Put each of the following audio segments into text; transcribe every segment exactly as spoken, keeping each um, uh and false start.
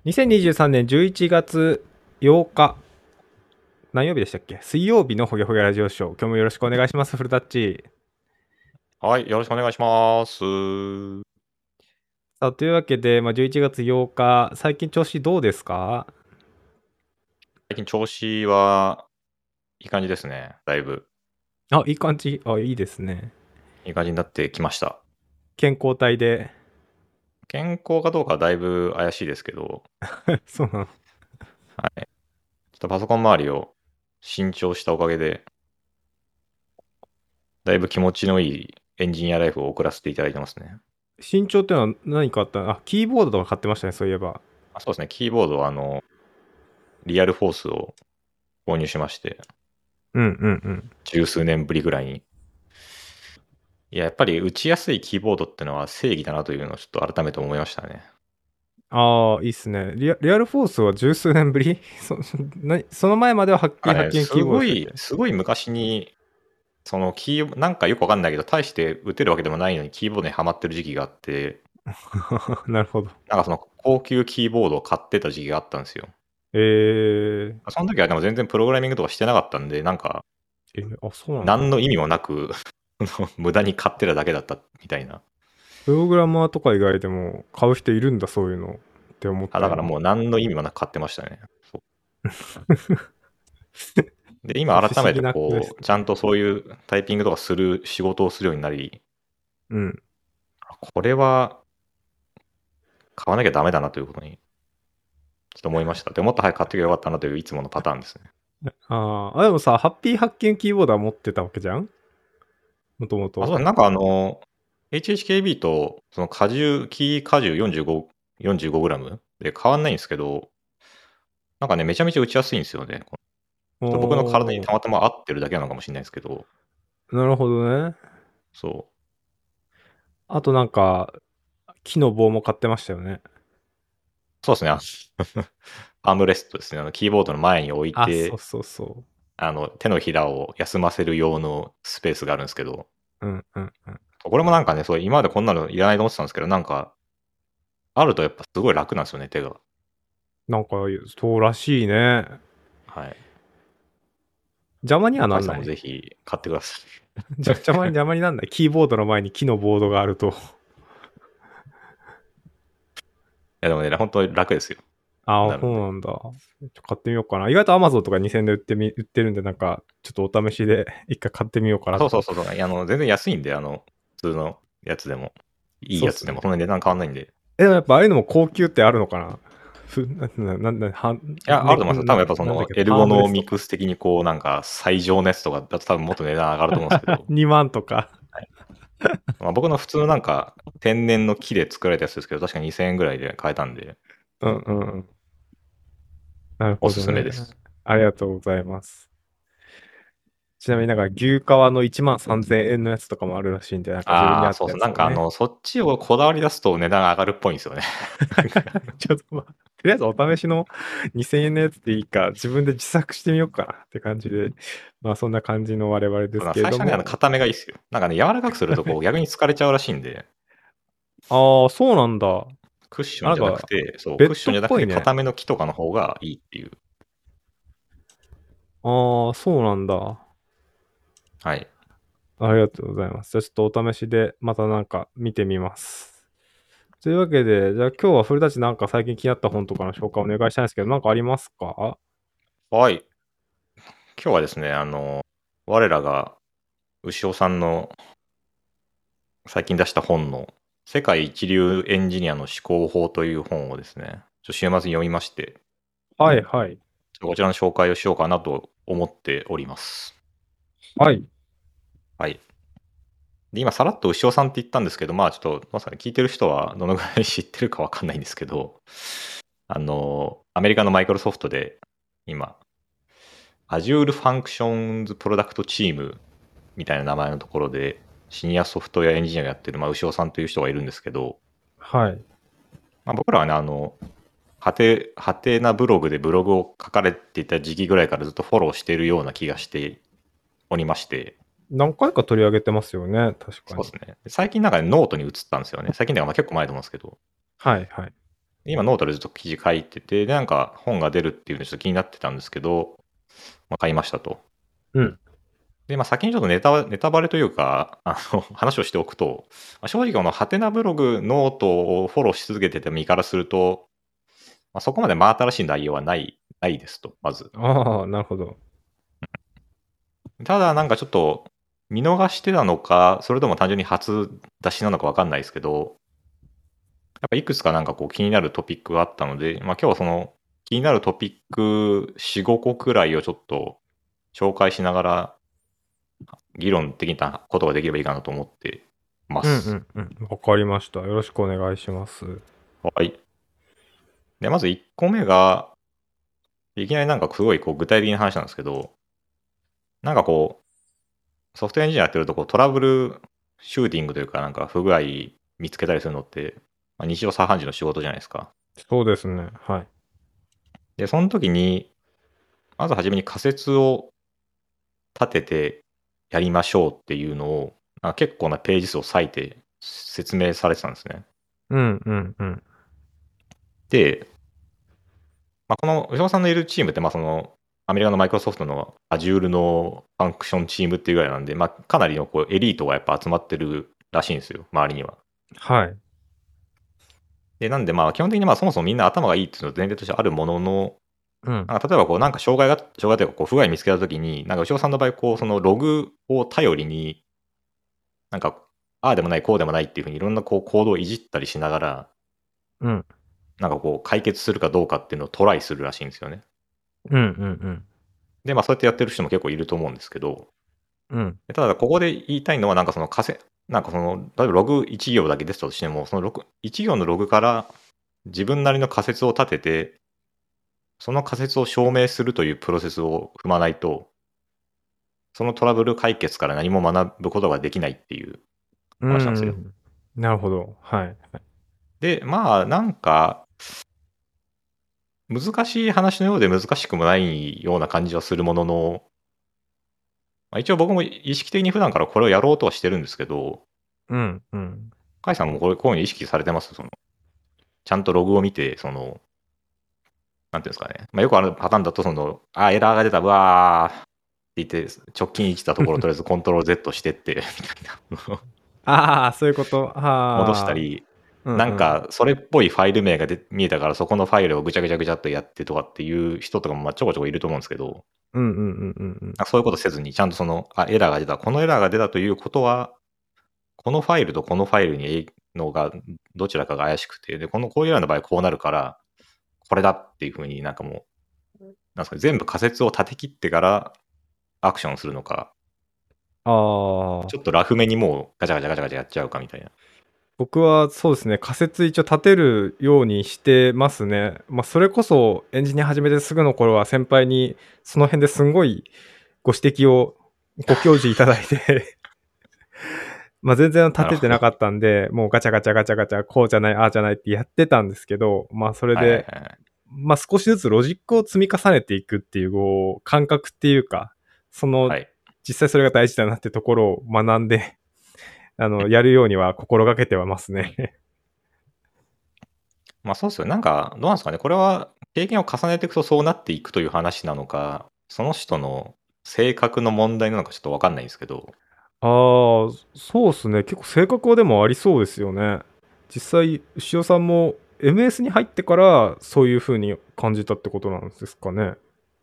にせんにじゅうさんねんじゅういちがつようか、何曜日でしたっけ？水曜日のほげほげラジオショー。今日もよろしくお願いします、フルタッチ。 はい、よろしくお願いします。 さあ、というわけで、まあ、じゅういちがつようか、最近調子どうですか？ 最近調子はいい感じですね。だいぶあ、いい感じ。あ、いいですね。 いい感じになってきました。 健康体で。 健康かどうかはだいぶ怪しいですけど、 そうなの。 はい。ちょっとパソコン周りを新調したおかげで、だいぶ気持ちのいいエンジニアライフを送らせていただいてますね。 身長ってのは何かあったの？あ、キーボードとか買ってましたね、そういえば。 あ、そうですね、キーボードはあの、リアルフォースを購入しまして、 うんうんうん。 十数年ぶりぐらいに。いや、やっぱり打ちやすいキーボードってのは正義だなというのをちょっと改めて思いましたね。 ああ、いいっすね。リアリアルフォースは十数年ぶりそなその前まではハッキーなんかね、 ハッキンキーボードすごい、 でしたっけ？ すごい昔にそのキー、なんかよくわかんないけど、大して打てるわけでもないのにキーボードにはまってる時期があって、 なるほど。 なんかその高級キーボードを買ってた時期があったんですよ。 えー、 その時はでも全然プログラミングとかしてなかったんで、なんか、 えーあ、そうなんだ。 何の意味もなく無駄に買ってただけだったみたいな。 プログラマーとか以外でも買う人いるんだ、そういうのって思っあ、 た、今。 だからもう何の意味もなく買ってましたね。そうで、 不今改めて思議な子ですこう、ちゃんとそういうタイピングとかする仕事をするようになり、 ね。うん。 これは買わなきゃダメだなということに、ちょっと思いました。で、もっと早く買ってきゃよかったなといういつものパターンですね。 あーあ、でもさ、ハッピーハッキンキーボードは持ってたわけじゃん、もともあ、そうと。 だね、なんかあの、エイチエイチケービー とその荷重、キー荷重よんじゅうご、よんじゅうごグラムで変わんないんですけど、なんかね、めちゃめちゃ打ちやすいんですよね。こちょっと僕の体におー、 たまたま合ってるだけなのかもしれないですけど、 なるほどね。 そう。 あとなんか、木の棒も買ってましたよね。 そうですね。あアームレストですね。あの、キーボードの前に置いあ、そうて、 そうそあの、手のひらを休ませる用のスペースがあるんですけど、 う。うんうんうん。 これもなんかね、そう、今までこんなのいらないと思ってたんですけど、なんか、あるとやっぱすごい楽なんですよね、手が。 なんか、そうらしいね。 はい。 邪魔にはカイさんもなんない？ ぜひ買ってくださじゃ、邪魔にい。 邪魔になんない？キーボードの前に木のボードがあると。 や、でもね、本当に楽ですよ。 ああ、 なるんで。 そうなんだ。ちょっと買ってみようかな。意外と Amazon とかにせんえんで売ってみ、売ってるんで、なんか、ちょっとお試しで一回買ってみようかあ、 なと。 そうそうそうそう。いや、あの、全然安いんで、あの、普通のやつでも、いいそうっすね。 やつでも、そんなに値段変わんないんで。いえ、でもやっぱああいうのも高級ってあるのかな？ふ、な、な、な、はん、 や、あるね、 と思いますよ。多な、 分やっぱその、 なんだっけ、 エルハーゴノミムレスとか。 クス的にこう、なんか、最上のやつとかだと多分もっと値段上がると思うんですけど、 にまんとか。 はい。まあ、僕の普通のなんか、天然の木で作られたやつですけど、確かにせんえんぐらいで買えたんで、 うんうんうん。なるおすほどね。 すめです。 ありがとうございます。ちなみになんか牛皮のいちまんさんぜんえんのやつとかもあるらしいんで、なんか自分にああ、 合っそうそう。 たやつをね。 なんかあの、そっちをこだわり出すと値段上がるっぽいんですよね。 ちょっとまあ、とりあえずお試しのにせんえんのやつでいいか、自分で自作してみようかなって感じで、まあそんな感じの我々ですけれ最初はね、あの、 ども。 固めがいいですよ。なんかね、柔らかくするとこう、逆に疲れちゃうらしいんで、 ああ、そうなんだ。あ、 クッションじゃなくなんか、 て、そう、 ベッドっクッションじゃなくぽいね。 て固めの木とかの方がいいっていう。 ああ、そうなんだ。 はい。 ありがとうございます。じゃあちょっとお試しでまたなんか見てみます。というわけで、じゃあ今日は古舘なんか最近気になった本とかの紹介お願いしたいんですけど、なんかありますか？ はい。今日はですね、あの、我らが牛尾さんの最近出した本の世界一流エンジニアの思考法という本をですね、ちょ週末に読みまして、 はいはい。 こちらの紹介をしようかなと思っております。 はい。 はい。で、今さらっと牛尾さんって言ったんですけど、まあちょっと、まさに聞いてる人はどのぐらい知ってるかわかんないんですけど、あの、アメリカのマイクロソフトで今、Azure Functions Product Team みたいな名前のところで、シニアソフトウェアエンジニアをやってる、まあ、牛尾さんという人がいるんですけど、 はい。 まあ、僕らはね、あの、はて、はてなブログでブログを書かれていた時期ぐらいからずっとフォローしているような気がしておりまして、 何回か取り上げてますよね、確かに。 そうですね。最近なんかねノートに移ったんですよね。最近だからまあ結構前と思うんですけど、 はいはい。 今ノートでずっと記事書いてて、で、なんか本が出るっていうのちょっと気になってたんですけど、まあ、買いましたと。 うん。 で、まあ、先にちょっとネタネタバレというか、あの話をしておくと、まあ、正直このハテナブログ、ノートをフォローし続けてて身からすると、まあ、そこまで真新しい内容はない、ないですと、まず。 ああ、なるほど。 ただ、なんかちょっと、見逃してたのか、それとも単純に初出しなのかわかんないですけど、やっぱいくつかなんかこう気になるトピックがあったので、まあ今日はその気になるトピックよん、ごこくらいをちょっと紹介しながら議論的なことができればいいかなと思ってまうんうす。 んうん。わかりました。よろしくお願いします。 はい。で、まずいっこめが、いきなりなんかすごいこう具体的な話なんですけど、なんかこう、ソフトウェアエンジニアやってるとこうトラブルシューティングというかなんか不具合見つけたりするのって、まあ、日常茶飯事の仕事じゃないですか。 そうですね。はい。 で、その時に、まずはじめに仮説を立ててやりましょうっていうのを、あ結構なページ数を割いて説明されてたんですね。 うんうんうん。 で、まあ、この牛尾さんのいるチームって、まあ、その、アメリカのマイクロソフトの Azure のファンクションチームっていうぐらいなんで、まあ、かなりのこうエリートがやっぱ集まってるらしいんですよ、周りには。 はい。 で、なんで、まあ、基本的にまあそもそもみんな頭がいいっていうのは前提としてあるものの、 うん。 なんか例えばこう、なんか障害が、障害というかこう不具合見つけたときに、なんか牛尾さんの場合、こう、そのログを頼りに、なんか、ああでもない、こうでもないっていうふうにいろんなこうコードをいじったりしながら、 うん。 なんかこう解決するかどうかっていうのをトライするらしいんですよね。 うんうんで、まあそうやってやってる人も結構いると思うんですけど、 うん。うん。 ただここで言いたいのはなんかその仮説、なんかその、例えばログいち行だけ出てたとしても、そのログいち行のログから自分なりの仮説を立てて、その仮説を証明するというプロセスを踏まないと、そのトラブル解決から何も学ぶことができないっていうう話なんですよ。 ん。なるほど。はい。 で、まあなんか、難しい話のようで難しくもないような感じはするものの、まあ、一応僕も意識的に普段からこれをやろうとはしてるんですけど、 うんうん。 甲斐さんもこれこういうの意識されてますその、ちゃんとログを見て、その、なんていうんですかね。まあ、よくあるパターンだと、その、あ、エラーが出た、うわーって言って、直近いちたところ、とりあえずコントロール Z してって、みたいな。 ああ、そういうこと。 戻したああ。 り、 うんうん。 なんか、それっぽいファイル名がで見えたから、そこのファイルをぐちゃぐちゃぐちゃっとやってとかっていう人とかも、まあ、ちょこちょこいると思うんですけど、 うんうんうんうんうん。 そういうことせずに、ちゃんとその、あ、エラーが出た。このエラーが出たということは、このファイルとこのファイルにのが、どちらかが怪しくて、で、この、こういうエラーの場合こうなるから、これだっていうふうになんかもう、なんですかね、全部仮説を立て切ってからアクションするのか、 ああ。 ちょっとラフめにもうガチャガチャガチャガチャやっちゃうかみたいな。 僕はそうですね、仮説一応立てるようにしてますね。まあ、それこそエンジニア始めてすぐの頃は先輩にその辺ですんごいご指摘をご教示いただいてまあ全然立なるほど。 ててなかったんで、もうガチャガチャガチャガチャ、こうじゃない、ああじゃないってやってたんですけど、まあそれはいはいで、 はい。 まあ少しずつロジックを積み重ねていくっていう、こう、感覚っていうか、その、 はい。 実際それが大事だなってところを学んで、あの、やるようには心がけてはますね。 まあそうですよ。なんか、どうなんですかね。これは経験を重ねていくとそうなっていくという話なのか、その人の性格の問題なのかちょっとわかんないんですけど、 ああ、そうっすね。結構性格はでもありそうですよね。実際、牛尾さんも エムエス に入ってからそういう風に感じたってことなんですかね。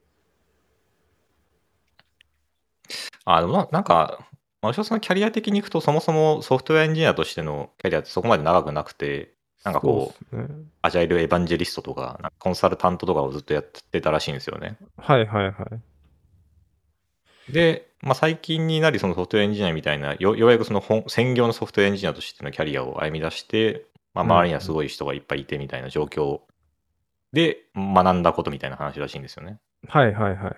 あ、でもななんか、まあ、吉田さんのキャリア的にいくと、そもそもソフトウェアエンジニアとしてのキャリアってそこまで長くなくて、なんかそうっこう、 すね。 アジャイルエヴァンジェリストとか、なんかコンサルタントとかをずっとやってたらしいんですよね。 はいはいはい。 で、まあ、最近になり、そのソフトウェアエンジニアみたいな、よようやくその本専業のソフトウェアエンジニアとしてのキャリアを歩み出して、まあ、 うん。 周りにはすごい人がいっぱいいてみたいな状況で学んだことみたいな話らしいんですよね。 はいはいはいはい。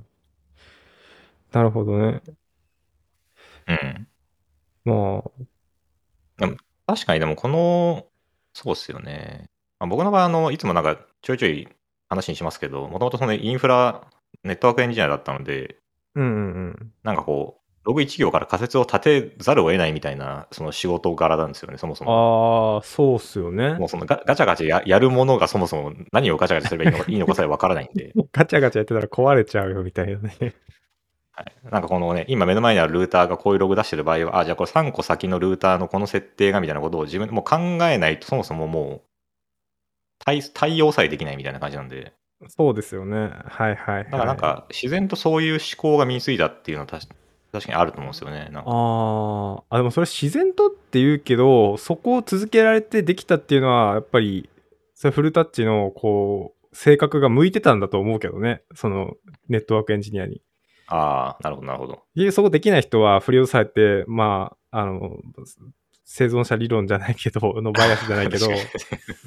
なるほどね。 うん。 まあ、 でも確かにでもこの、そうっすよね。まあ、僕の場合、あの、いつもなんかちょいちょい話にしますけど、もともとそのインフラ、ネットワークエンジニアだったので、 うんうんうん。 なんかこう、 ログいち行から仮説を立てざるを得ないみたいな、その仕事柄なんですよね、そもそもが。 ああ、そうっすよね。 もうそのガガチャガチャややるものがそもそも何をガチャガチャすればいいのかいいのかさえわからないんで、 ガチャガチャやってたら壊れちゃうよみたいなね。 はい、なんかこのね、今目の前にあるルーターがこういうログ出してる場合は、あ、じゃあこれさんこ先のルーターのこの設定がみたいなことを自分でもう考えないとそもそももう対対応さえできないみたいな感じなんで、 そうですよね。はいはいだからなんはい。 か自然とそういう思考が身についたっていうのは確確かにあると思うんですよね。なんか。 ああ、あ、でもそれ自然とって言うけど、そこを続けられてできたっていうのは、やっぱり、それフルタッチの、こう、性格が向いてたんだと思うけどね。その、ネットワークエンジニアに。 ああ、なるほどなるほど。 でそこできない人は振り落とされて、まあ、あの、生存者理論じゃないけど、のバイアスじゃないけ確かに。 ど、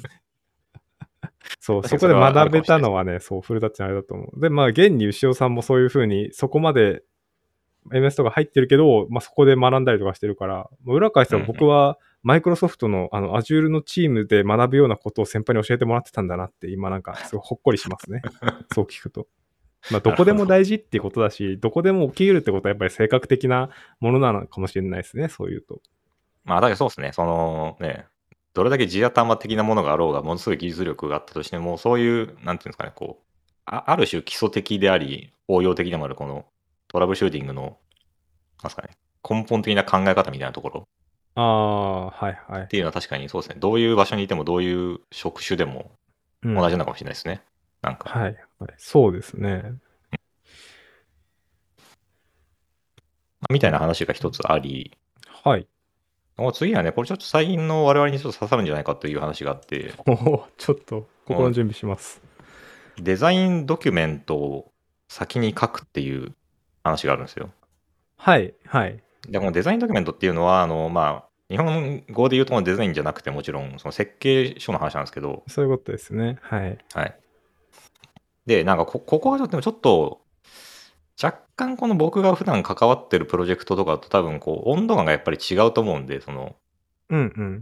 そう、 確かにそこでそれはあるか学べもしれないですね。 たのはね、そう、フルタッチのあれだと思う。で、まあ、現に牛尾さんもそういうふうに、そこまで エムエス とか入ってるけど、まあ、そこで学んだりとかしてるから、もう裏返せばうんうん。 僕は、マイクロソフトのあの Azure のチームで学ぶようなことを先輩に教えてもらってたんだなって、今なんかすごいほっこりしますね。そう聞くと。まあ、どこでもなるほど。 大事っていうことだし、どこでも起き得るってことはやっぱり性格的なものなのかもしれないですね、そういうと。 まあ、だけどそうですね。そのね、どれだけ地頭的なものがあろうが、ものすごい技術力があったとしても、そういう、なんていうんですかね、こう、あある種基礎的であり、応用的でもある、このトラブルシューティングの、なんですかね、根本的な考え方みたいなところああ、はいはい。 っていうのは確かにそうですね。どういう場所にいても、どういう職種でもうん。 同じなのかもしれないですね。なんか。 はい、はい。そうですね。 みたいなうん。 話が一つあり、 はい。 もう次はね、これちょっと最近の我々にちょっと刺さるんじゃないかという話があって、 おお、ちょっと心の準備します。 デザインドキュメントを先に書くっていう話があるんですよ。 はい、はい。 で、このデザインドキュメントっていうのは、あの、まあ、日本語で言うとこのデザインじゃなくてもちろん、その設計書の話なんですけど、 そういうことですね。はい。 はい。で、なんかこ、ここはちょっと、ちょっと、若干この僕が普段関わってるプロジェクトとかと多分こう温度感がやっぱり違うと思うんで、そのうんうん。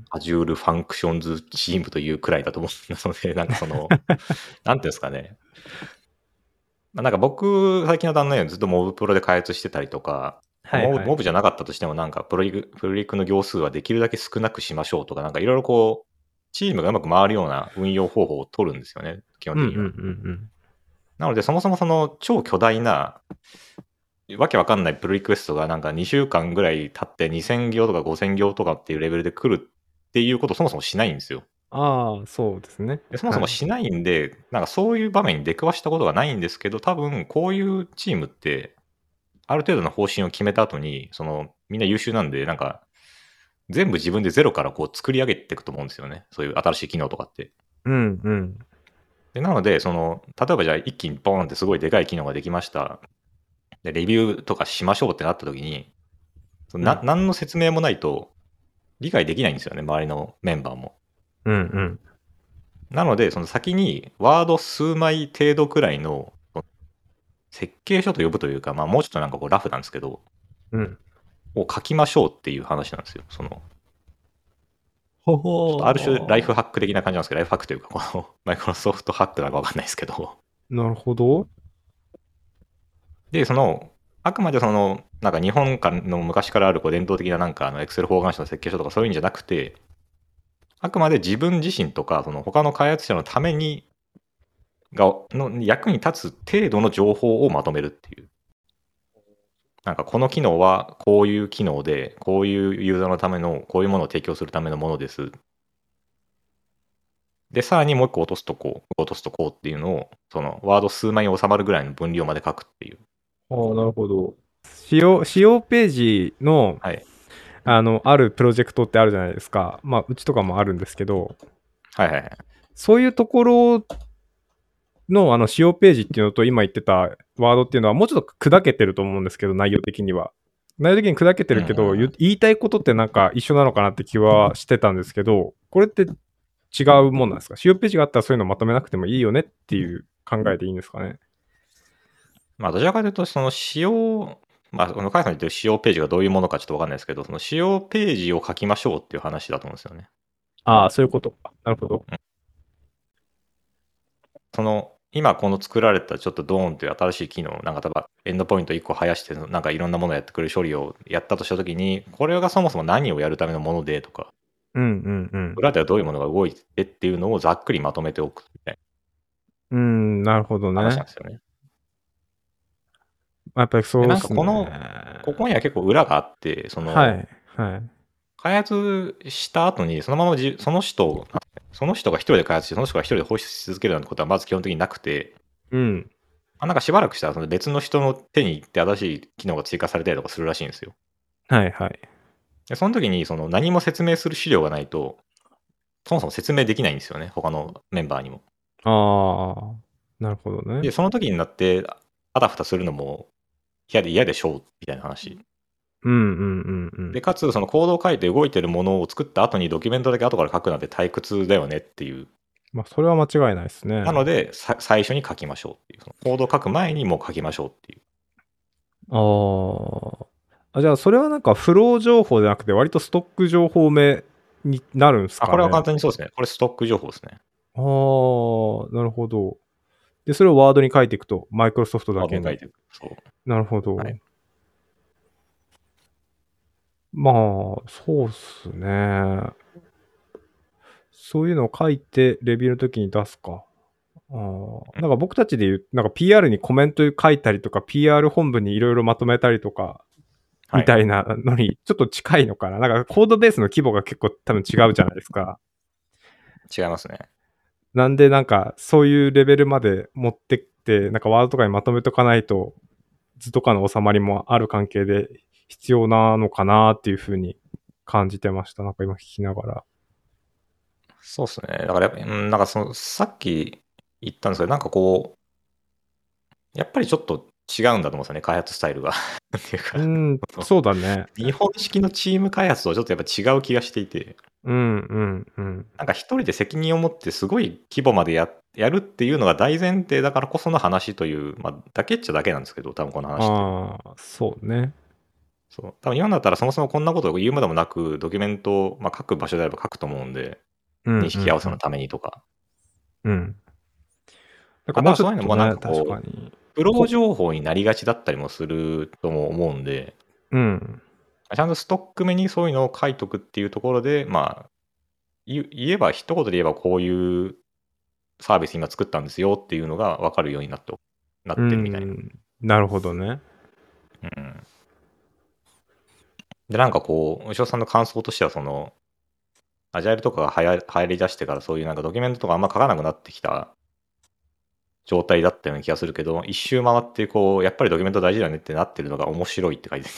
Azure Functions チームというくらいだと思うので、なんかその、なんていうんですかね。まあなんか僕、最近の旦那にはずっとモブプロで開発してたりとか、まあモブ、 はいはい。 モブじゃなかったとしてもなんかプロリク、プロリクの行数はできるだけ少なくしましょうとか、なんかいろいろこう、チームがうまく回るような運用方法を取るんですよね、基本うんうんうんう的には。 ん。 なので、そもそもその超巨大な、わけわかんないプルリクエストがなんかにしゅうかんぐらい経ってにせん行とかごせん行とかっていうレベルで来るっていうことをそもそもしないんですよ。 ああ、そうですね。 でそもそはい。 もしないんで、なんかそういう場面に出くわしたことがないんですけど、多分こういうチームって、ある程度の方針を決めた後に、そのみんな優秀なんで、なんか全部自分でゼロからこう作り上げていくと思うんですよね。そういう新しい機能とかって。 うんうん。 でなので、その、例えばじゃあ一気にボーンってすごいでかい機能ができました。で、レビューとかしましょうってなった時に、そのな、 うん。 何の説明もないと理解できないんですよね、周りのメンバーも。 うんうん。 なので、その先にワード数枚程度くらいの設計書と呼ぶというか、まあもうちょっとなんかこうラフなんですけど、 うん。 を書きましょうっていう話なんですよ。その、 ほちょっとある種ライフほハック的な感じなんですけど、ライフハックというか、このマイクロソフトハックなのかわかんないですけど、 ー。なるほど。 で、その、あくまでその、なんか日本の昔からあるこう伝統的ななんかあの Excel 方眼紙の設計書とかそういうんじゃなくて、あくまで自分自身とか、その他の開発者のために、が、の役に立つ程度の情報をまとめるっていう。なんかこの機能はこういう機能で、こういうユーザーのための、こういうものを提供するためのものです。で、さらにもう一個落とすとこう、落とすとこうっていうのを、そのワード数枚に収まるぐらいの分量まで書くっていう。 ああ、なるほど。使用、使用ページの、 はい。 あの、あるプロジェクトってあるじゃないですか。まあ、うちとかもあるんですけど、 はいはいはい。 そういうところの、あの、使用ページっていうのと、今言ってたワードっていうのは、もうちょっと砕けてると思うんですけど、内容的には。内容的に砕けてうんうんるけど、言うん。 言いたいことってなんか一緒なのかなって気はしてたんですけど、これって違うもんなんですか？使用ページがあったらそういうのまとめなくてもいいよねっていう考えでいいんですかね？ まあ、どちらかというと、その仕様、まあ、このカイさんに言ってる仕様ページがどういうものかちょっとわかんないですけど、その仕様ページを書きましょうっていう話だと思うんですよね。 ああ、そういうことか。なるほど。 うんその、 今この作られたちょっとドーンという新しい機能、なんか例えばエンドポイントいっこ生やして、なんかいろんなものをやってくれる処理をやったとしたときに、これがそもそも何をやるためのものでとか、 うんうんうん。 裏ではどういうものが動いてっていうのをざっくりまとめておくみたいうん、なるほどな話なんね。 ですよね。 やっぱりで、なんかそうっすね。 この、ここには結構裏があって、その、 はい、はい。 開発した後にそのままじその人、その人が一人で開発して、その人が一人で放出し続けるなんてことはまず基本的になくて、 うん。 まあ、なんかしばらくしたらその別の人の手に行って新しい機能が追加されたりとかするらしいんですよ。 はいはい。 でその時にその何も説明する資料がないと、そもそも説明できないんですよね、他のメンバーにも。 ああ、なるほどね。 で、その時になって、あたふたするのも嫌で嫌でしょうみたいな話。 うんうんうんうで、 ん。 かつ、そのコードを書いて動いてるものを作った後にドキュメントだけ後から書くなんて退屈だよねっていう。 まあ、それは間違いないですね。 なので、さ最初に書きましょうっていう。そのコードを書く前にもう書きましょうっていう。 ああ。あ、じゃあ、それはなんかフロー情報じゃなくて、割とストック情報目になるんすあ、これはかね。 簡単にそうですね。これストック情報ですね。 ああ、なるほど。で、それをワードに書いていくと、マイクロソフトだけに。 ワードに書いてる。そう。 なるほど。 はい。 まあ、そうっすね。そういうのを書いて、レビューの時に出すか。ああ、なんか僕たちで言う、なんか ピーアール にコメント書いたりとか、ピーアール 本部にいろいろまとめたりとか、みはい。 たいなのに、ちょっと近いのかな。なんかコードベースの規模が結構多分違うじゃないですか。 違いますね。 なんでなんか、そういうレベルまで持ってって、なんかワードとかにまとめとかないと、図とかの収まりもある関係で必要なのかなっていうふうに感じてました。なんか今聞きながら。 そうですね。だからやっぱ、うん、なんかその、さっき言ったんですけど、なんかこう、やっぱりちょっと違うんだと思うんですよね、開発スタイルが。っていうか、 うーん、そうだね。 日本式のチーム開発とちょっとやっぱ違う気がしていて、 うんうんうん。 なんか一人で責任を持ってすごい規模までややるっていうのが大前提だからこその話という、まあ、だけっちゃだけなんですけど、多分この話って。 ああ、そうね。 そう。多分日本だったらそもそもこんなことを言うまでもなく、ドキュメントを、まあ、書く場所であれば書くと思うんで、 うんう認識合んうん。 わせのためにとか。 うん。なんかもうあとはちょっとね、 そういうのもなんかこう、 確かに。 プロこ情報になりがちだったりもするとも思うんで、 うん。 ちゃんとストック目にそういうのを書いとくっていうところで、まあ、言言えば、一言で言えばこういうサービス今作ったんですよっていうのが分かるようになってなうってるみたいな。 ん。なるほどね。 うん。で、なんかこう、牛尾さんの感想としては、その、アジャイルとかが流行流行り出してから、そういうなんかドキュメントとかあんま書かなくなってきた状態だったような気がするけど、一周回ってこう、やっぱりドキュメント大事だよねってなってるのが面白いって書いてて。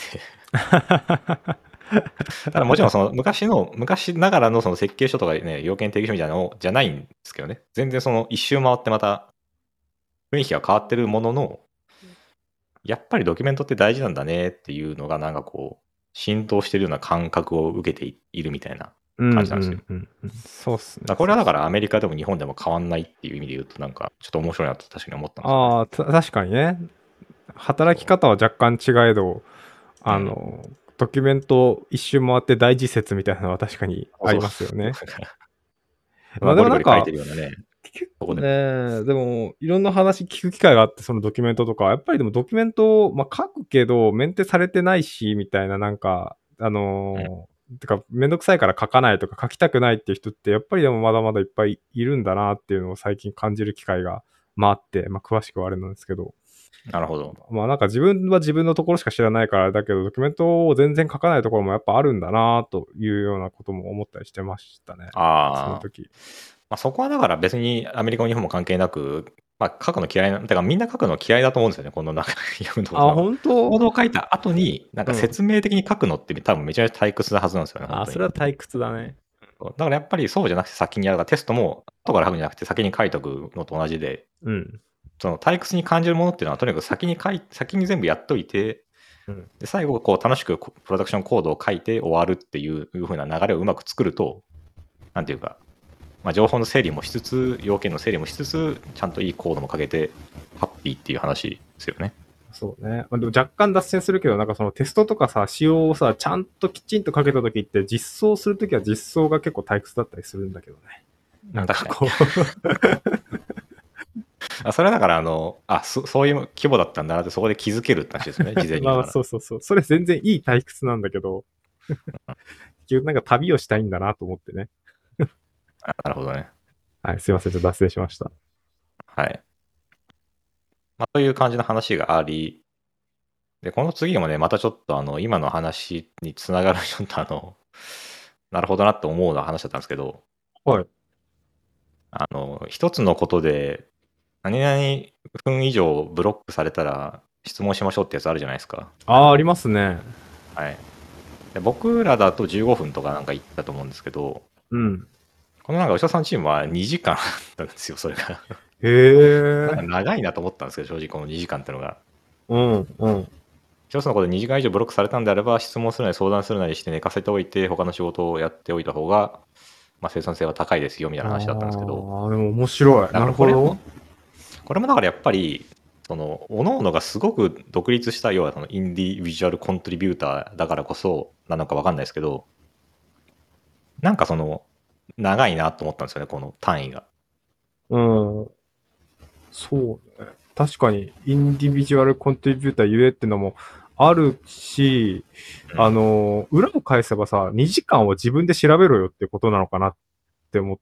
ただもちろんその昔の、昔ながらのその設計書とかね、要件定義書みたいなのじゃないんですけどね。全然その一周回ってまた雰囲気が変わってるものの、やっぱりドキュメントって大事なんだねっていうのがなんかこう、浸透してるような感覚を受けているみたいなうんう感じなんですよ。 んうんうん。そうっすね。 だからこれはだからアメリカでも日本でも変わんないっていう意味で言うと、なんかちょっと面白いなと確かに思ったんですよね。 ああ、た確かにね。働きそ方は若干違えど、 う。うん。 あの、ドキュメント一周回って大事説みたいなのは確かにありそうそう。 ますよね。 だからままああゴリゴリ書いでもなんか、 てるようなね、 結構とこでも。 ね、でも、いろんな話聞く機会があって、そのドキュメントとか、やっぱりでもドキュメントを、まあ、書くけど、メンテされてないし、みたいな、なんか、あうん。 のーてか、めんどくさいから書かないとか書きたくないっていう人って、やっぱりでもまだまだいっぱいいるんだなっていうのを最近感じる機会が、まああって、まあ詳しくはあれなんですけど、 なるほど。 まあなんか自分は自分のところしか知らないからだけど、ドキュメントを全然書かないところもやっぱあるんだなというようなことも思ったりしてましたね。そのああ。 時。 まあ、そこはだから別にアメリカも日本も関係なく、まあ、書くの嫌いな、だからみんな書くの嫌いだと思うんですよね、このなんか読むのあ、 の。 本当。 コードを書いた後に、なんかうん。 説明的に書くのって多分めちゃめちゃ退屈なはずなんですよね、本あ、 当に。 それは退屈だね。 だからやっぱりそうじゃなくて先にやるから、テストも後から書くんじゃなくて先に書いとくのと同じで、 うん。 その退屈に感じるものっていうのはとにかく先に書い、先に全部やっといて、 うん。 で最後こう楽しくプロダクションコードを書いて終わるっていう風な流れをうまく作ると、なんていうか、まあ、情報の整理もしつつ、要件の整理もしつつ、ちゃんといいコードもかけて、ハッピーっていう話ですよね。 そうね。まあ、でも若干脱線するけど、なんかそのテストとかさ、仕様をさ、ちゃんときちんとかけたときって、実装するときは実装が結構退屈だったりするんだけどね。なんか確かに。 こうあ、それはだからあの、あ、そそういう規模だったんだなってそこで気づけるって話ですよね、事前にまあ、 だから。 そうそうそう。それ全然いい退屈なんだけど、結局なんか旅をしたいんだなと思ってね。 あ、なるほどね。 はい、すいません、ちょっと脱線しました。 はい。まあ、という感じの話があり、で、この次もね、またちょっとあの、今の話につながる、ちょっとあの、なるほどなって思うような話だったんですけど、 はい。 あの、一つのことで、何々分以上ブロックされたら質問しましょうってやつあるじゃないですか。 ああ、ありますね。 はい。で僕らだとじゅうごふんとかなんか言ったと思うんですけど、 うん。 このなんか吉田さんチームはにじかんあったんですよ、それが。 へなんかえ。 長いなと思ったんですけど、正直このにじかんってのが。 うん、うん。 一つのことでにじかん以上ブロックされたんであれば、質問するなり相談するなりして寝かせておいて、他の仕事をやっておいた方が、まあ、生産性は高いですよみたいああ、 な話だったんですけど、 でも面白い。なだからるほど。 これも、これもだからやっぱり、その、各々がすごく独立した、要はそのインディビジュアルコントリビューターだからこそなのかわかんないですけど、なんかその、長いなと思ったんですよね、この単位が。 うん。そうね。確かに、インディビジュアルコントリビューターゆえってのもあるし、あうん。 の、裏を返せばさ、にじかんを自分で調べろよってことなのかなって思って。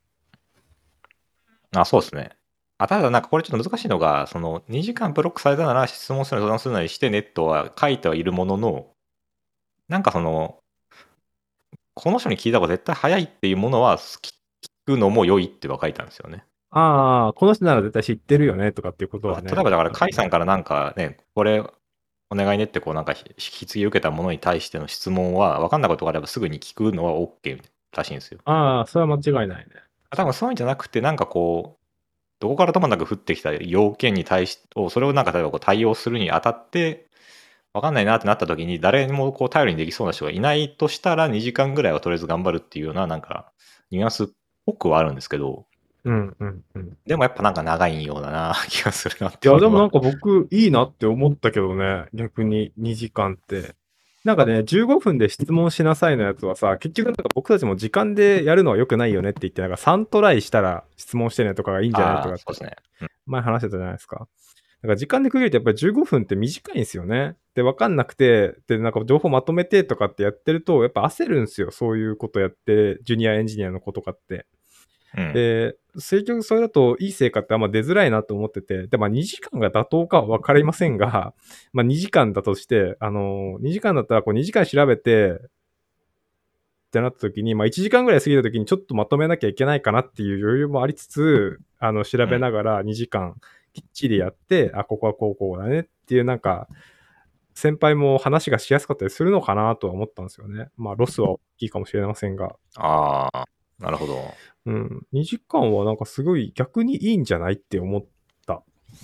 あ、そうですね。あ、ただなんかこれちょっと難しいのが、そのにじかんブロックされたなら質問するなり相談するなりしてねとは書いてはいるものの、なんかその、この人に聞いた方が絶対早いっていうものは聞くのも良いっては書いたんですよね。 ああ、この人なら絶対知ってるよねとかっていうことはね。 例えばだから、 あるね。 甲斐さんからなんかね、これお願いねってこうなんか引き継ぎ受けたものに対しての質問は、分かんないことがあればすぐに聞くのは OK らしいんですよ。 ああ、それは間違いないね。 多分そういうんじゃなくて、なんかこう、どこからともなく降ってきた要件に対し、をそれをなんか例えばこう対応するにあたって、分かんないなってなった時に、誰にもこう頼りにできそうな人がいないとしたら、にじかんぐらいはとりあえず頑張るっていうような、なんか、ニュアンスっぽくはあるんですけど、 うん、うん、うん。 でもやっぱなんか長いようだな気がするなっいや、 ていうのは。 でもなんか僕いいなって思ったけどね。逆ににじかんって。なんかね、じゅうごふんで質問しなさいのやつはさ、結局なんか僕たちも時間でやるのは良くないよねって言って、なんかさんトライしたら質問してねとかがいいんじゃないとああ、 かってそうですね。うん。 前話してたじゃないですか。だから時間で区切るとやっぱりじゅうごふんって短いんですよね。で、わかんなくて、で、なんか情報まとめてとかってやってると、やっぱ焦るんですよ。そういうことやって、ジュニアエンジニアの子とかって。 うん。 で、結局それだといい成果ってあんま出づらいなと思ってて、で、まあにじかんが妥当かはわかりませんが、まあにじかんだとして、あのー、にじかんだったらこうにじかん調べて、ってなった時に、まあいちじかんぐらい過ぎた時にちょっとまとめなきゃいけないかなっていう余裕もありつつ、あの、調うん。 べながらにじかんきっちりやって、あ、ここはこうこうだねっていうなんか、先輩も話がしやすかったりするのかなとは思ったんですよね。まあロスは大きいかもしれませんが。 ああ、なるほど。 うん。にじかんはなんかすごい逆にいいんじゃないって思った。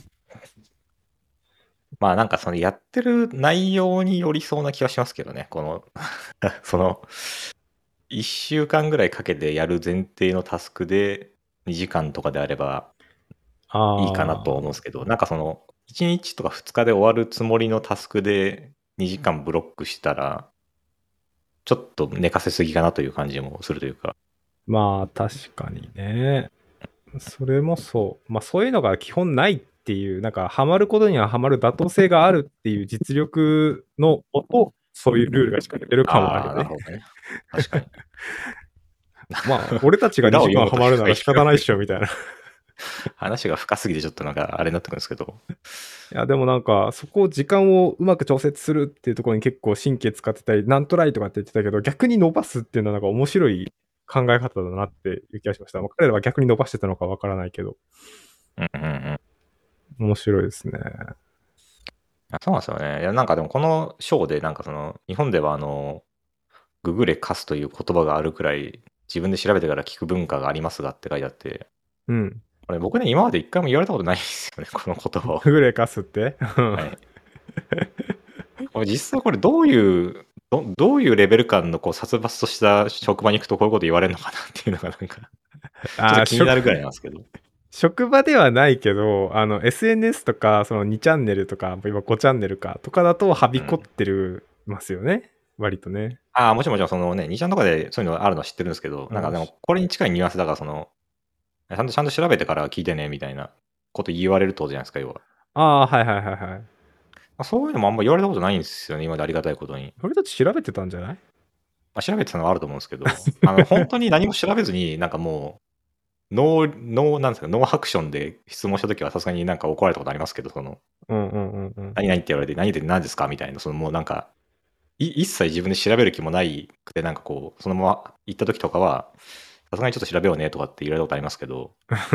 まあなんかそのやってる内容によりそうな気がしますけどね。このその、いっしゅうかんぐらいかけてやる前提のタスクでにじかんとかであればいいかなとは思うんですあけど、なんかその、いちにちとかふつかで終わるつもりのタスクでにじかんブロックしたら、ちょっと寝かせすぎかなという感じもするというか。 まあ確かにね。それもそう。まあそういうのが基本ないっていう、なんかハマることにはハマる妥当性があるっていう実力の音、そういうルールが仕掛けてる感はあるああ、 よね。 なるほどね。確かに。 まあ俺たちが裏を 2時間読むというハマるなら仕方ないっしょみたいな。い話が深すぎてちょっとなんかあれになってくるんですけど。 やでもなんかそこを時間をうまく調節するっていうところに結構神経使ってたり、何トライとかって言ってたけど、逆に伸ばすっていうのはなんか面白い考え方だなっていう気がしました。まあ彼らは逆に伸ばしてたのかわからないけど、 うんうんうん。 面白いですね。 あ、そうなんですよね。いや、なんかでもこの章でなんかその、日本ではあの、ググれカスという言葉があるくらい、自分で調べてから聞く文化がありますがって書いてあって、 うん。 これ僕ね、今まで一回も言われたことないんですよね、この言葉を。 グレカスってはい。これ実際これどういう、どどういうレベル感のこう殺伐とした職場に行くとこういうこと言われるのかなっていうのがなんか、ちょっとあー、職、 気になるぐらいなんですけど。 職場ではないけど、あの、エスエヌエス とか、そのにチャンネルとか、今ごチャンネルか、とかだとはびこっうん。 てるますよね。割とね。 ああ、もちろんもちろん、そのね、にちゃんとかでそういうのあるのは知ってるんですけど、 うん。 なんかでも、これに近いニュアンスだから、その、ちゃんとちゃんと調べてから聞いてね、みたいな。 こと言われるってことじゃないですか、要は。 ああ、はいはいはいはい。 そういうのもあんま言われたことないんですよね、今までありがたいことに。 俺たち調べてたんじゃない？ まあ、調べてたのはあると思うんですけど、あの、本当に何も調べずに、なんかもう、ノー、ノー、なんですか、ノーハクションで質問したときはさすがになんか怒られたことありますけど、その、 うんうんうんうん。 何々って言われて、何で何ですかみたいな、そのもうなんか、い一切自分で調べる気もないくて、なんかこう、そのまま行ったときとかは、さすがにちょっと調べようねとかって言われたことありますけど、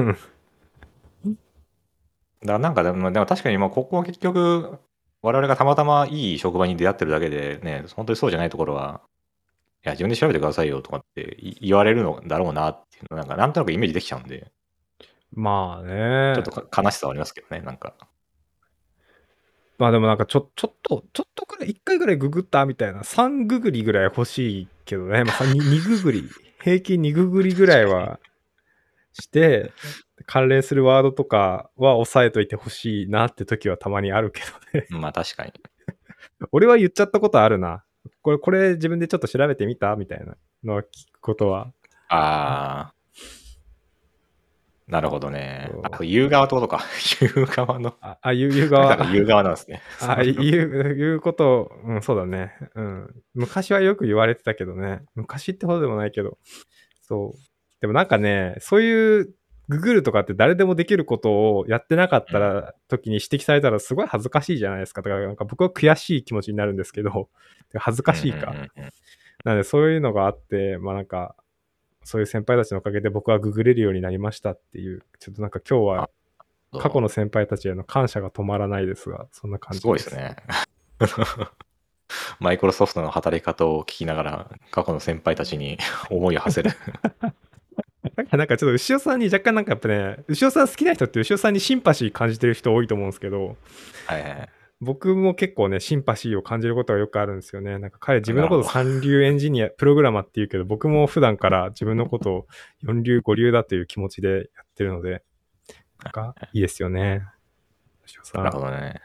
だからなんかでも、でも確かにもうここは結局、我々がたまたまいい職場に出会ってるだけでね、本当にそうじゃないところは、いや、自分で調べてくださいよとかってい言われるのだろうなっていうのなんか、なんとなくイメージできちゃうんで、 まあちょっね。 とか悲しさはありますけどね、なんか。 まあでもなんかちょ、ちょっと、ちょっとくらい、いっかいぐらいググったみたいな、さんググリぐらい欲しいけどね。まあに、にググリ、平均にググリぐらい確かに。 はして、関連するワードとかは押さえといて欲しいなって時はたまにあるけどね。 まあ確かに。 俺は言っちゃったことあるな。これ、これ自分でちょっと調べてみたみたいなのは聞くことは。 あー、なるほどね。あ、 そう言う側ってことか。言う側の。 あ、あ、言う、言う側。 カイさんが言う側なんですね。 あ、言う、言うこと、うん、そうだね。うん。昔はよく言われてたけどね。昔ってほどでもないけど。そう。でもなんかね、そういうググるとかって誰でもできることをやってなかったうん。 ら、時に指摘されたらすごい恥ずかしいじゃないですか。だからなんか僕は悔しい気持ちになるんですけど、恥ずうんうんかしいか。 うんうん。 なのでそういうのがあって、まあなんか、そういう先輩たちのおかげで僕はググれるようになりましたっていう、ちょっとなんか今日はあ、 過去のそう先輩たちへの感謝が止まらないですが、そんな感すじです。 ごいですね。マイクロソフトの働き方を聞きながら、過去の先輩たちに思いを馳せる。 だからなんかちょっと牛尾さんに若干なんかやっぱね、牛尾さん好きな人って牛尾さんにシンパシー感じてる人多いと思うんですけど、 はいはいはい。 僕も結構ね、シンパシーを感じることがよくあるんですよね。なんか彼自分のことなるほど。 三流エンジニア、プログラマーって言うけど、僕も普段から自分のことを四流、五流だという気持ちでやってるので、なんかいいですよね。牛尾さなるん。 ほどね。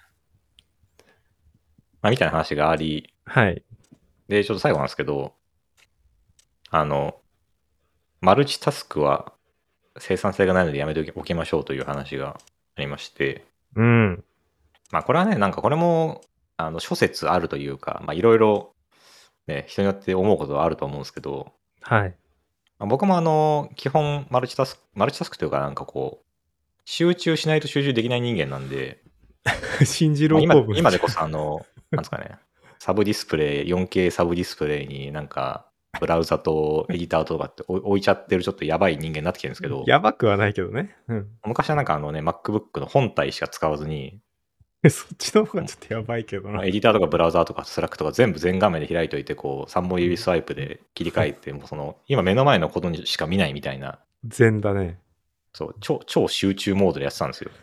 まあ、みたいな話があり、 はい。 で、ちょっと最後なんですけど、あの、マルチタスクは生産性がないのでやめておきましょうという話がありまして、 うん。 まあこれはね、なんかこれも、あの、諸説あるというか、まあいろいろね、人によって思うことはあると思うんですけど、 はい。 まあ、僕もあの、基本マルチタスク、マルチタスクというかなんかこう、集中しないと集中できない人間なんで、 新次まあ、今、 郎公文じ今でこそあの、なんですかね、サブディスプレイ、よんケー サブディスプレイになんか、ブラウザとエディターとかって置置いちゃってるちょっとやばい人間になってきてるんですけゃん。 ど、 やばくはないけどね。うん。 昔はなんかあのね、MacBook の本体しか使わずに、 そっちの方がちょっとやばいけどな。 もうエディターとかブラウザーとかスラックとか全部全画面で開いといて、こう、さんぼん指スワイプで切り替えて、もうその、今目の前のことにしか見ないみたいな、 善だね。 そう、超、超集中モードでやってたんですよ。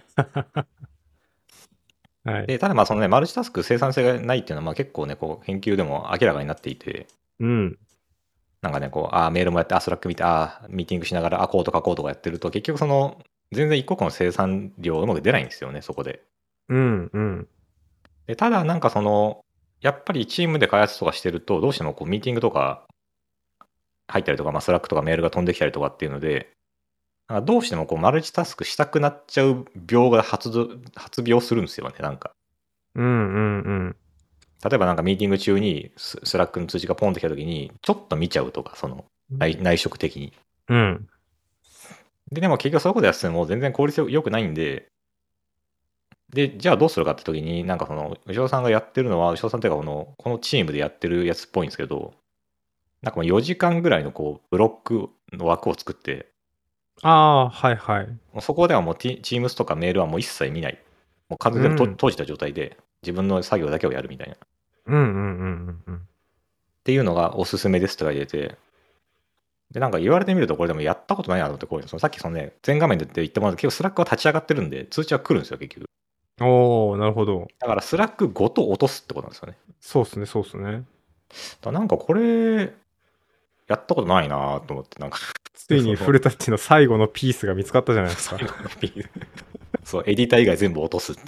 はい。 で、ただまあそのね、マルチタスク生産性がないっていうのはまあ結構ね、こう、研究でも明らかになっていて、 うん。 なんかね、こう、ああ、メールもやって、あ、スラック見て、ああ、ミーティングしながら、あ、コード書こうとかやってると、結局その、全然一個個の生産量うまく出ないんですよね、そこで。 うん。うん。 で、ただなんかその、やっぱりチームで開発とかしてると、どうしてもこう、ミーティングとか入ったりとか、まあ、スラックとかメールが飛んできたりとかっていうので、なんかどうしてもこう、マルチタスクしたくなっちゃう病が発動発病するんですよね、なんか。 うん。うん。うん。 例えばなんかミーティング中にススラックの通知がポンってきたときに、ちょっと見ちゃうとか、その内内職的に。 うん。 で、でも結局そういうことやってても全然効率よくないんで、で、じゃあどうするかってときに、なんかその、牛尾さんがやってるのは、牛尾さんっていうかこの、このチームでやってるやつっぽいんですけど、なんかもうよじかんぐらいのこう、ブロックの枠を作って、 ああ、はいはい。 もうそこではもう T- Teams とかメールはもう一切見ない。もう完全に全部とうん。 閉じた状態で、自分の作業だけをやるみたいな。っうんうんうんうんていうのがおすすめですとか言えて、で、なんか言われてみると、これでもやったことないなと思って、こういうのそのさっきそのね、全画面でって言ってもらうと、結構スラックは立ち上がってるんで、通知は来るんですよ、結局。 うん。おー、なるほど。 だからスラックごと落とすってことなんですよね。 そうっすね、そうっすね。 だからなんかこれ、やったことないなと思って、なんかついにフその、 ルタッチの最後のピースが見つかったじゃないですか。 最後のピーそう、エディター以外全部落とすっていう、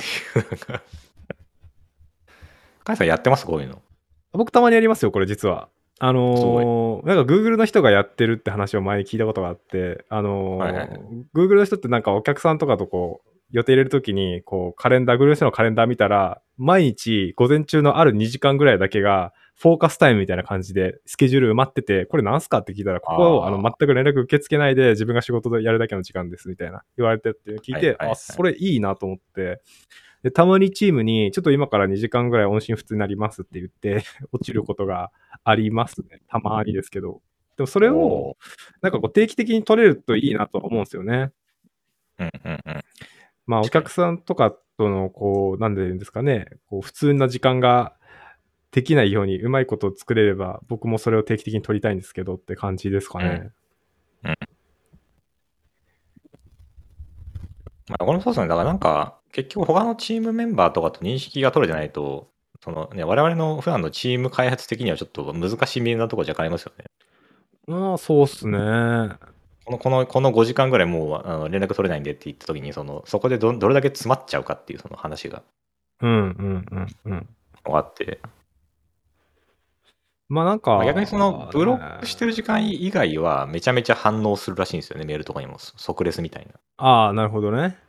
なんか、カイさんやってますこういうの。 僕たまにやりますよ、これ実は。あすごい。 のー、なんか Google の人がやってるって話を前に聞いたことがあって、あはいはいはい。 のー、Google の人ってなんかお客さんとかとこう、 予定入れるときに、こう、カレンダー、グループのカレンダー見たら、毎日午前中のあるにじかんぐらいだけが、フォーカスタイムみたいな感じで、スケジュール埋まってて、これなんすかって聞いたら、ここをあのあ全く連絡受け付けないで、自分が仕事でやるだけの時間です、みたいな言われてって聞いて、あ、 はいはいはい。 それいいなと思って、で、たまにチームに、ちょっと今からにじかんぐらい音信不通になりますって言って、落ちることがありますね。たまにですけど。でもそれを、 おーなんかこう定期的に取れるといいなと思うんですよね。 うんうんうん。 まあお確かに。 客さんとかとの、こう、なんで言うんですかね、こう普通な時間ができないようにうまいことを作れれば、僕もそれを定期的に取りたいんですけどって感じですかうん。 ね。 うん。まあ、これもそうですね。だからなんか、結局他のチームメンバーとかと認識が取れてないと、そのね、我々の普段のチーム開発的にはちょっと難しめなところじゃありますよね。 まあそうっすね。 この、この、このごじかんぐらいもうあの連絡取れないんでって言った時に、その、そこでど、どれだけ詰まっちゃうかっていうその話がうんうんうんうん。 あって、 まあなんまあ、逆にそのか、 ブロックしてる時間以外はめちゃめちゃ反応するらしいんですよね、メールとかにも即レスみたいな。 ああ、なるほどね。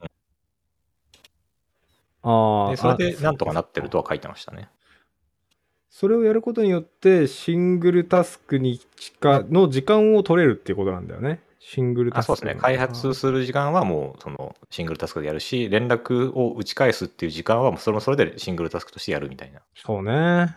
あで、そあ、あ、 れでなんとかそっかそっか。 なってるとは書いてましたね。 それをやることによって、シングルタスクに近の時間を取れるっていうことなんだよね。シングルあ、 タそうですね。開スクの。 発する時間はもうそのシングルタスクでやるし、連絡を打ち返すっていう時間はもうそれもそれでシングルタスクとしてやるみたいな。 そうね。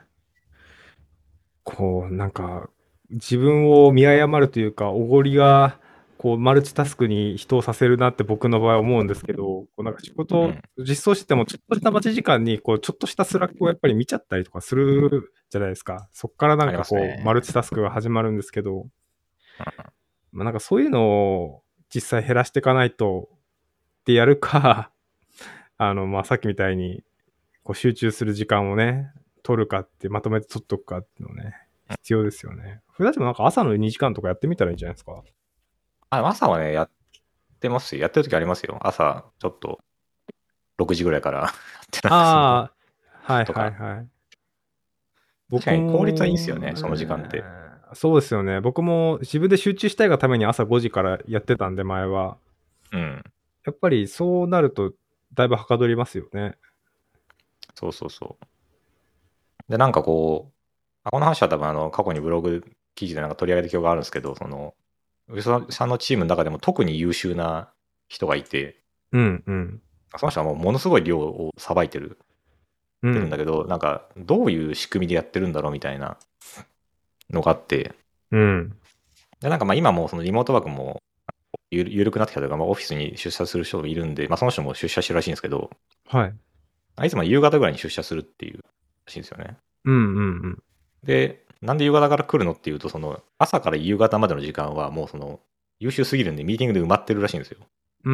こう、なんか、自分を見誤るというか、おごりが、こう、マルチタスクに人をさせるなって僕の場合は思うんですけど、こうなんか仕事、 うん。 実装してても、ちょっとした待ち時間に、こう、ちょっとしたスラックをやっぱり見ちゃったりとかするじゃないですか。そっからなんありかこう、 ますね。 マルチタスクが始まるんですけど、 うんまあ、なんかそういうのを実際減らしていかないとってやるか、あの、まあ、さっきみたいに、こう集中する時間をね、取るかってまとめて取っとくかっていうのね、必要ですよね。ふだちもなんか朝のにじかんとかやってみたらいいんじゃないですか。 あ、朝はね、やってますよ。やってる時ありますよ。朝、ちょっとろくじぐらいからやってなんかその、 ああ、はいとか。 はいはい。 確僕かに効率はいいんですよも、 ね、その時間って。 えーそうですよね。僕も自分で集中したいがために朝ごじからやってたんで、前は。 うん。 やっぱりそうなると、だいぶはかどりますよね。 そうそうそう。で、なんかこう、あこの話は多分あの過去にブログ記事でなんか取り上げた記憶があるんですけど、その、上沢さんのチームの中でも特に優秀な人がいて、 うんうん。 その人はもうものすごい量をさばいてる、てるんだうん。 けど、なんかどういう仕組みでやってるんだろうみたいなのがあって、 うん。 で、なんかまあ今もそのリモートワークもゆる緩くなってきたというか、まあ、オフィスに出社する人がいるんで、まあその人も出社してるらしいんですけど、 はい。 あいつも夕方ぐらいに出社するっていうらしいんですよね。 うんうんうん。 で、なんで夕方から来るのっていうと、その朝から夕方までの時間はもうその優秀すぎるんでミーティングで埋まってるらしいんですよ。 うん。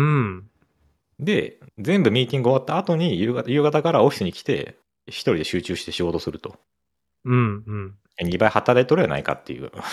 で、全部ミーティング終わった後に夕方夕方からオフィスに来て、一人で集中して仕事すると。 うんうん。 にばい働いとるやないかっていう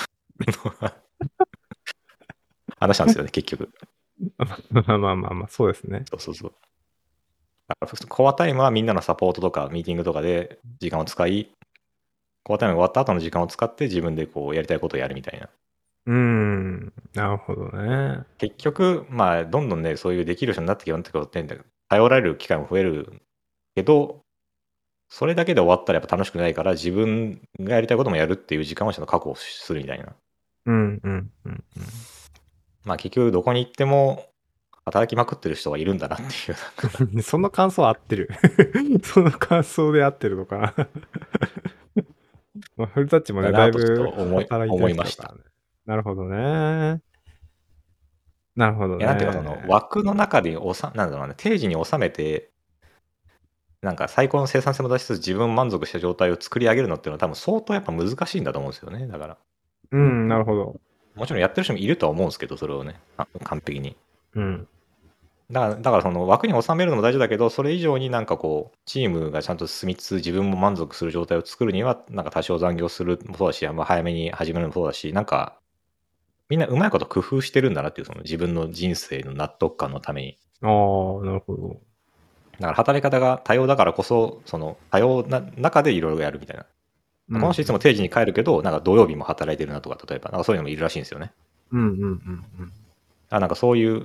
話なんですよね、結局。 まあまあまあまあ、そうですね。 そうそうそう。だからコアタイムはみんなのサポートとかミーティングとかで時間を使い、コアタイムが終わった後の時間を使って自分でこうやりたいことをやるみたいな。 うーん。なるほどね。 結局、まあ、どんどんね、そういうできる人になってきようってことって頼られる機会も増えるけど、それだけで終わったらやっぱ楽しくないから、自分がやりたいこともやるっていう時間をちゃんと確保するみたいな。 うんうんうんまあ結局どこに行っても働きまくってる人がいるんだなっていう、なんか、 うん。その感想合ってる。その感想で合ってるのかな。まあ、フルタッチもね、 だなとちょっとだいぶ思い、 働いてる思いました。 人だからね。なるほどね。なるほどいや、なんていうかそのね。 枠の中で収、なんだろうね、定時に収めて、なんか最高の生産性も出しつつ自分満足した状態を作り上げるのっていうのは多分相当やっぱ難しいんだと思うんですよね。だから。 うん、なるほど。 もちろんやってる人もいるとは思うんですけど、それをね、あ完璧に。 うん。 だから、だからその枠に収めるのも大事だけど、それ以上になんかこう、チームがちゃんと進みつつ、自分も満足する状態を作るには、なんか多少残業するもそうだし、まあ早めに始めるのもそうだし、なんか、みんなうまいこと工夫してるんだなっていう、その自分の人生の納得感のために。 ああ、なるほど。 だから働き方が多様だからこそ、その多様な中でいろいろやるみたいな。 うん、 この人いつも定時に帰るけど、なんか土曜日も働いてるなとか、例えば、なんかそういうのもいるらしいんですよね。 うん、うん、うん、うん。 あなんかそういう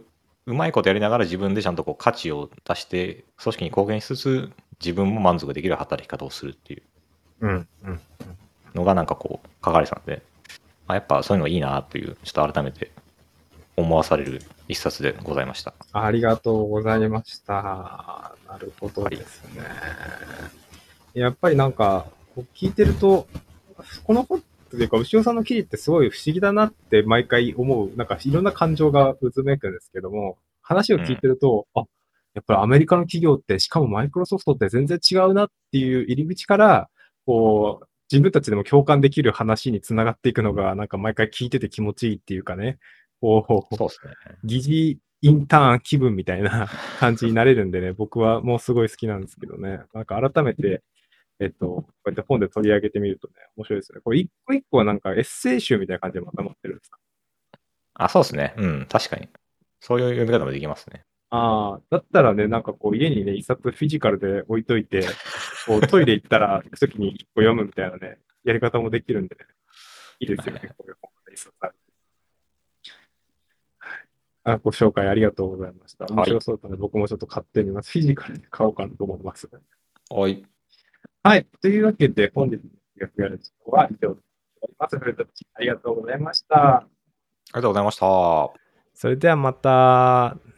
うまいことやりながら自分でちゃんとこう価値を出して組織に貢献しつつ自分も満足できる働き方をするっていううんうんのがなんかこう書かれてたんで、あ、やっぱそういうのいいなというちょっと改めて思わされる一冊でございました。 ありがとうございました。なるほどはい。 ですね。やっぱりなんか、こう聞いてると、この本というか、牛尾さんの記事ってすごい不思議だなって毎回思う、なんかいろんな感情が渦めくんですけども、話を聞いうん。 てると、あ、やっぱりアメリカの企業って、しかもマイクロソフトって全然違うなっていう入り口から、こう、自分たちでも共感できる話につながっていくのが、なんか毎回聞いてて気持ちいいっていうかね、こう、 そうですね。 疑似インターン気分みたいな感じになれるんでね、僕はもうすごい好きなんですけどね。なんか改めて、えっと、こうやって本で取り上げてみるとね、面白いですね。これ一個一個はなんかエッセイ集みたいな感じでまとまってるんですか？ あ、そうですね。うん、確かに。そういう読み方もできますね。 ああ、だったらね、なんかこう家にね、一冊フィジカルで置いといて、こうトイレ行ったら行くときに一個読むみたいなね、やり方もできるんでね、いいですよね、こういう本がね、一冊ある。あ、ご紹介ありがとうございました。面はい。 白そうだったので、僕もちょっと買ってみます。フィジカルで買おうかなと思います。 はい。 はい。というわけで、本日の企画やる人は以上となります。古田さんありがとうございました。 ありがとうございました。 それではまた。